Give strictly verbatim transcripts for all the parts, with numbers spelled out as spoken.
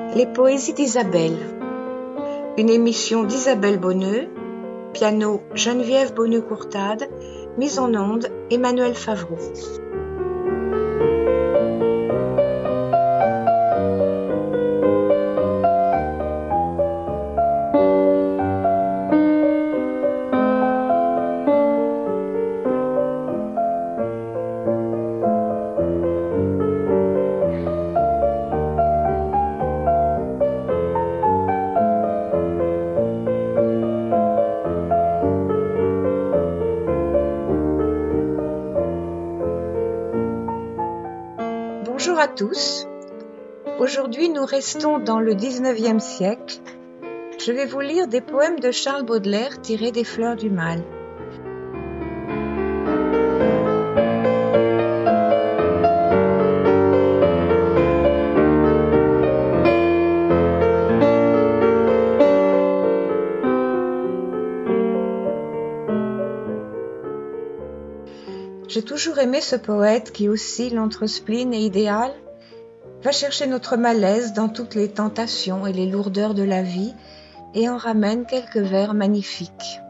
Les poésies d'Isabelle, une émission d'Isabelle Bonneux, piano Geneviève Bonneux-Courtade, mise en onde Emmanuel Favreau. Bonjour à tous. Aujourd'hui, nous restons dans le dix-neuvième siècle. Je vais vous lire des poèmes de Charles Baudelaire tirés des Fleurs du Mal. J'ai toujours aimé ce poète qui oscille entre spleen et idéal, va chercher notre malaise dans toutes les tentations et les lourdeurs de la vie et en ramène quelques vers magnifiques.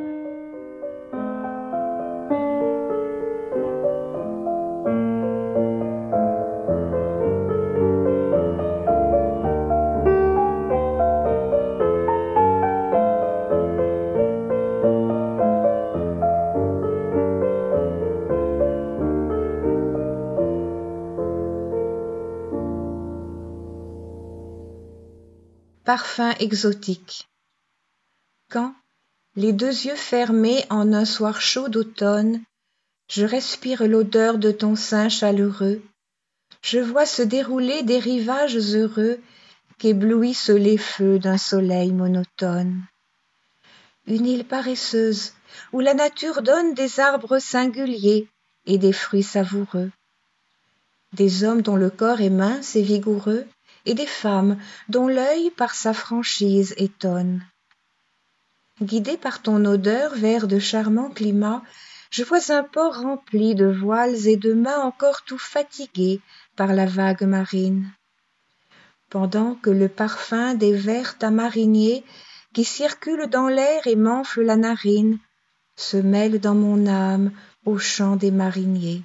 Parfum exotique. Quand, les deux yeux fermés en un soir chaud d'automne, je respire l'odeur de ton sein chaleureux, je vois se dérouler des rivages heureux qu'éblouissent les feux d'un soleil monotone. Une île paresseuse où la nature donne des arbres singuliers et des fruits savoureux. Des hommes dont le corps est mince et vigoureux, et des femmes dont l'œil par sa franchise étonne. Guidé par ton odeur vers de charmants climats, je vois un port rempli de voiles et de mâts encore tout fatigués par la vague marine. Pendant que le parfum des vers tamariniers qui circulent dans l'air et m'enfle la narine se mêle dans mon âme au chant des mariniers.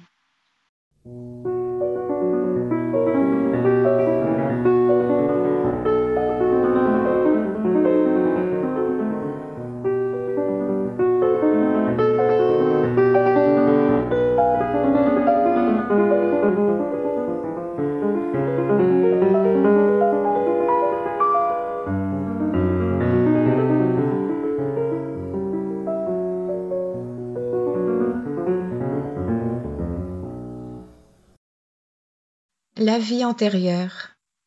La vie antérieure.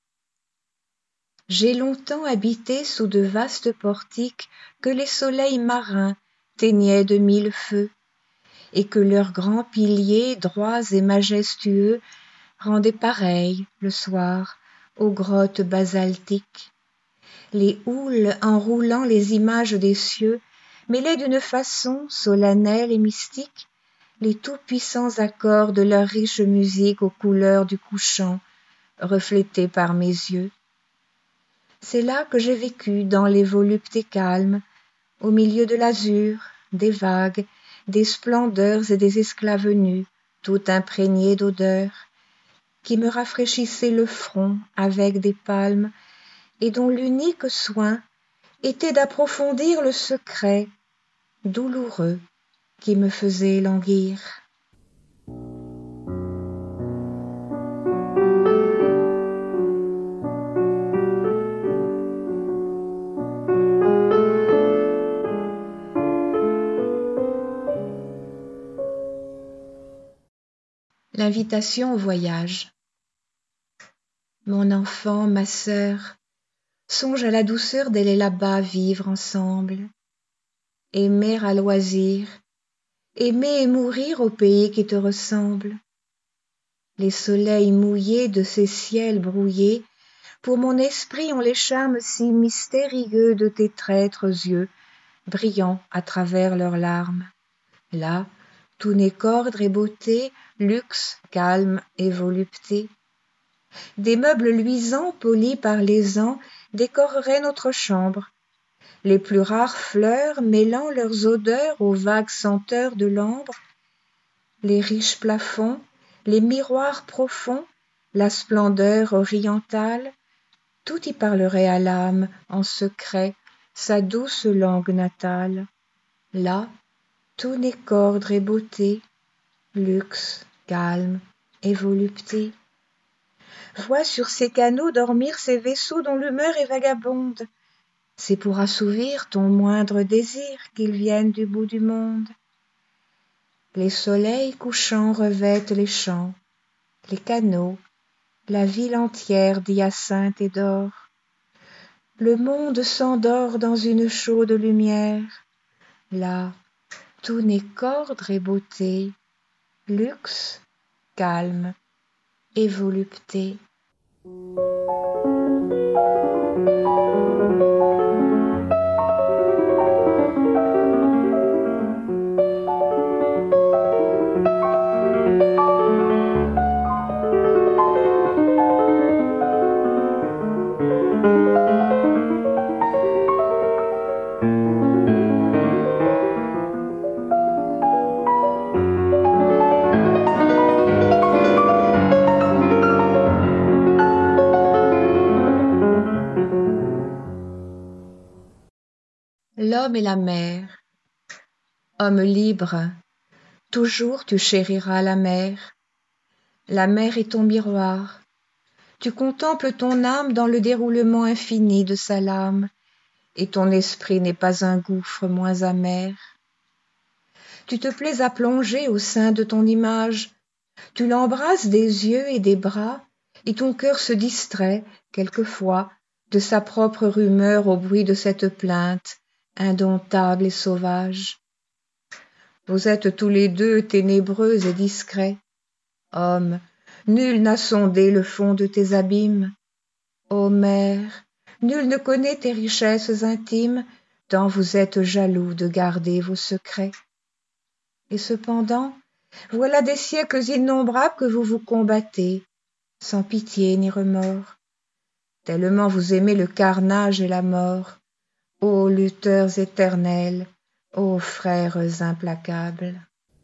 J'ai longtemps habité sous de vastes portiques que les soleils marins teignaient de mille feux, et que leurs grands piliers droits et majestueux rendaient pareils, le soir, aux grottes basaltiques. Les houles enroulant les images des cieux mêlaient d'une façon solennelle et mystique les tout-puissants accords de leur riche musique aux couleurs du couchant, reflétées par mes yeux. C'est là que j'ai vécu dans les voluptés calmes, au milieu de l'azur, des vagues, des splendeurs et des esclaves nus, tout imprégnés d'odeurs, qui me rafraîchissaient le front avec des palmes, et dont l'unique soin était d'approfondir le secret douloureux qui me faisait languir. L'invitation au voyage. Mon enfant, ma sœur, songe à la douceur d'aller là-bas vivre ensemble, aimer à loisir, aimer et mourir au pays qui te ressemble. Les soleils mouillés de ces ciels brouillés, pour mon esprit ont les charmes si mystérieux de tes traîtres yeux, brillant à travers leurs larmes. Là, tout n'est qu'ordre et beauté, luxe, calme et volupté. Des meubles luisants polis par les ans décoreraient notre chambre. Les plus rares fleurs mêlant leurs odeurs aux vagues senteurs de l'ambre, les riches plafonds, les miroirs profonds, la splendeur orientale, tout y parlerait à l'âme en secret sa douce langue natale. Là, tout n'est qu'ordre et beauté, luxe, calme et volupté. Vois sur ces canaux dormir ces vaisseaux dont l'humeur est vagabonde. C'est pour assouvir ton moindre désir qu'ils viennent du bout du monde. Les soleils couchants revêtent les champs, les canaux, la ville entière d'hyacinthe et d'or. Le monde s'endort dans une chaude lumière. Là, tout n'est qu'ordre et beauté, luxe, calme et volupté. L'homme et la mer. Homme libre, toujours tu chériras la mer. La mer est ton miroir. Tu contemples ton âme dans le déroulement infini de sa lame, et ton esprit n'est pas un gouffre moins amer. Tu te plais à plonger au sein de ton image, tu l'embrasses des yeux et des bras, et ton cœur se distrait, quelquefois, de sa propre rumeur au bruit de cette plainte, indomptable et sauvage. Vous êtes tous les deux ténébreux et discrets. Homme, nul n'a sondé le fond de tes abîmes. Ô mère, nul ne connaît tes richesses intimes, tant vous êtes jaloux de garder vos secrets. Et cependant, voilà des siècles innombrables que vous vous combattez, sans pitié ni remords. Tellement vous aimez le carnage et la mort, ô lutteurs éternels, ô frères implacables.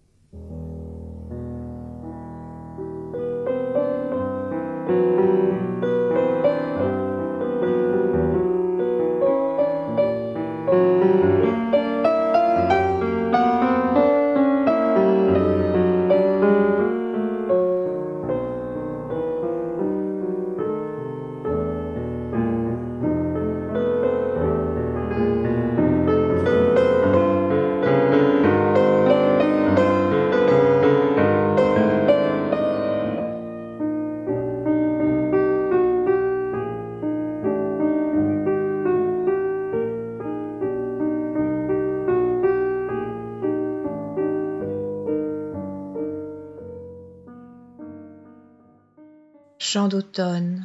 Chant d'automne.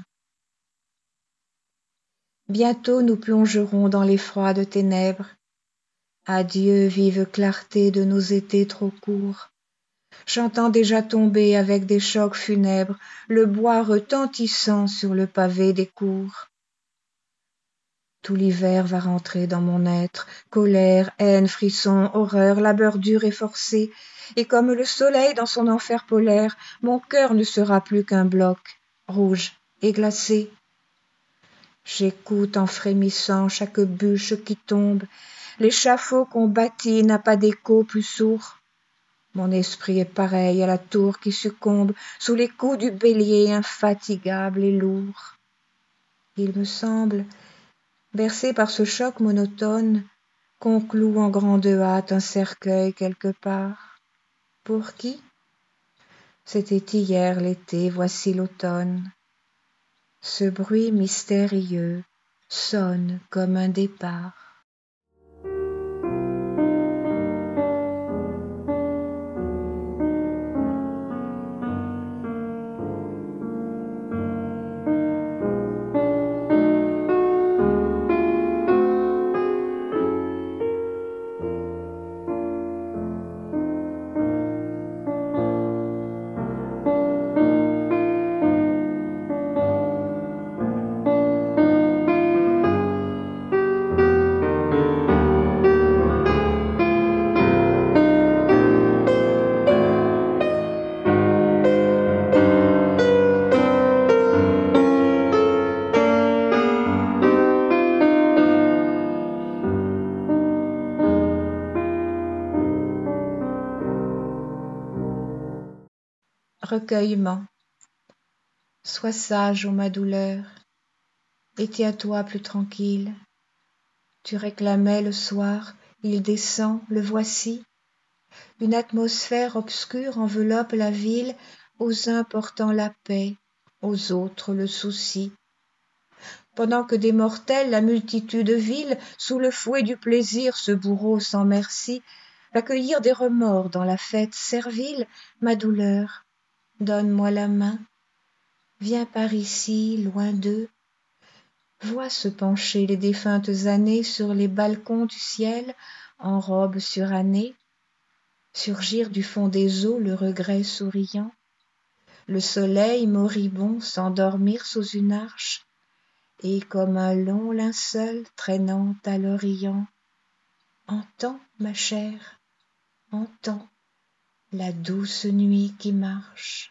Bientôt nous plongerons dans les froides ténèbres. Adieu, vive clarté de nos étés trop courts. J'entends déjà tomber avec des chocs funèbres le bois retentissant sur le pavé des cours. Tout l'hiver va rentrer dans mon être, colère, haine, frisson, horreur, labeur dur et forcé, et comme le soleil dans son enfer polaire, mon cœur ne sera plus qu'un bloc, rouge et glacé. J'écoute en frémissant chaque bûche qui tombe, l'échafaud qu'on bâtit n'a pas d'écho plus sourd. Mon esprit est pareil à la tour qui succombe sous les coups du bélier infatigable et lourd. Il me semble, bercé par ce choc monotone, qu'on cloue en grande hâte un cercueil quelque part. Pour qui? C'était hier l'été, voici l'automne. Ce bruit mystérieux sonne comme un départ. Recueillement. Sois sage, ô ma douleur, et tiens-toi plus tranquille. Tu réclamais le soir, il descend, le voici. Une atmosphère obscure enveloppe la ville, aux uns portant la paix, aux autres le souci. Pendant que des mortels, la multitude vile, sous le fouet du plaisir, ce bourreau sans merci, accueillir des remords dans la fête servile, ma douleur, donne-moi la main, viens par ici, loin d'eux, vois se pencher les défuntes années sur les balcons du ciel, en robe surannée, surgir du fond des eaux le regret souriant, le soleil moribond s'endormir sous une arche, et comme un long linceul traînant à l'Orient, entends, ma chère, entends la douce nuit qui marche.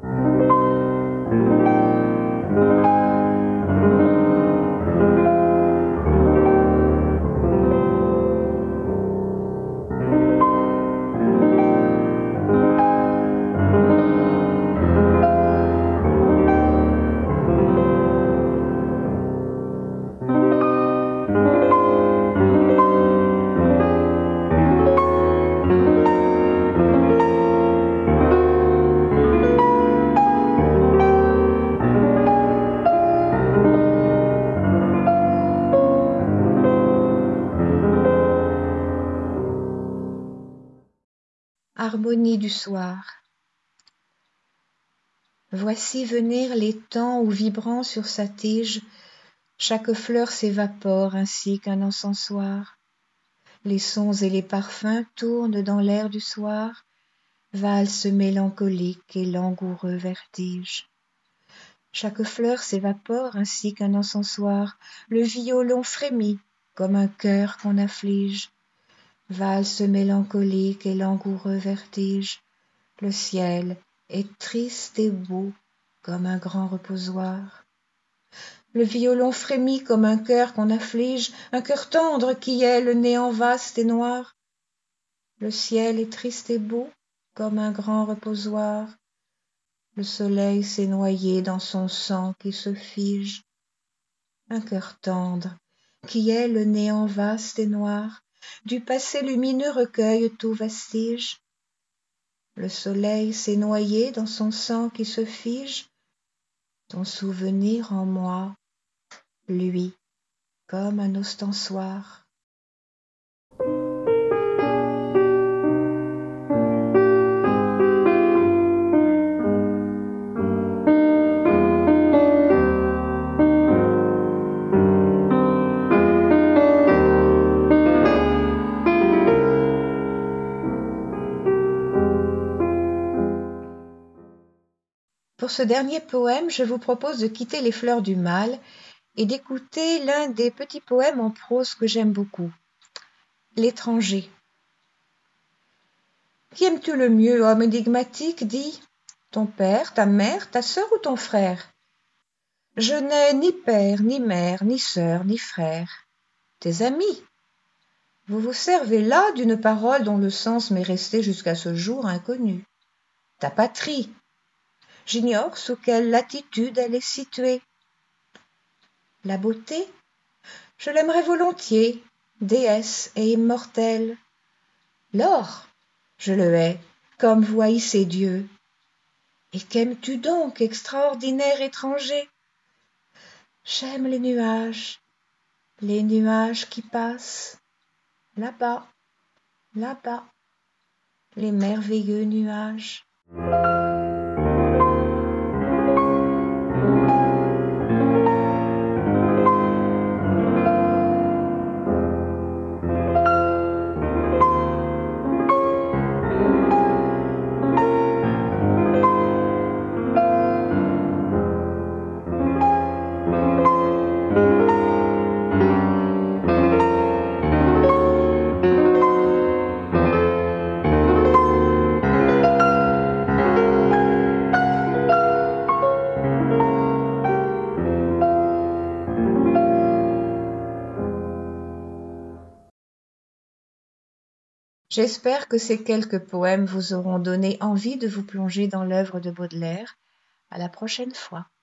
Harmonie du soir. Voici venir les temps où, vibrant sur sa tige, chaque fleur s'évapore ainsi qu'un encensoir. Les sons et les parfums tournent dans l'air du soir, valse mélancolique et langoureux vertige. Chaque fleur s'évapore ainsi qu'un encensoir, le violon frémit comme un cœur qu'on afflige. Valse mélancolique et langoureux vertige, le ciel est triste et beau comme un grand reposoir. Le violon frémit comme un cœur qu'on afflige, un cœur tendre qui est le néant vaste et noir. Le ciel est triste et beau comme un grand reposoir. Le soleil s'est noyé dans son sang qui se fige. Un cœur tendre qui est le néant vaste et noir, du passé lumineux recueille tout vestige. Le soleil s'est noyé dans son sang qui se fige, ton souvenir en moi, lui, comme un ostensoir. Pour ce dernier poème, je vous propose de quitter les fleurs du mal et d'écouter l'un des petits poèmes en prose que j'aime beaucoup. L'étranger. Qui aimes-tu le mieux, homme énigmatique, dis, ton père, ta mère, ta sœur ou ton frère? Je n'ai ni père, ni mère, ni sœur, ni frère. Tes amis. Vous vous servez là d'une parole dont le sens m'est resté jusqu'à ce jour inconnu. Ta patrie. J'ignore sous quelle latitude elle est située. La beauté, je l'aimerais volontiers, déesse et immortelle. L'or, je le hais, comme vous haïssez Dieu. Et qu'aimes-tu donc, extraordinaire étranger? J'aime les nuages, les nuages qui passent, là-bas, là-bas, les merveilleux nuages. J'espère que ces quelques poèmes vous auront donné envie de vous plonger dans l'œuvre de Baudelaire. À la prochaine fois.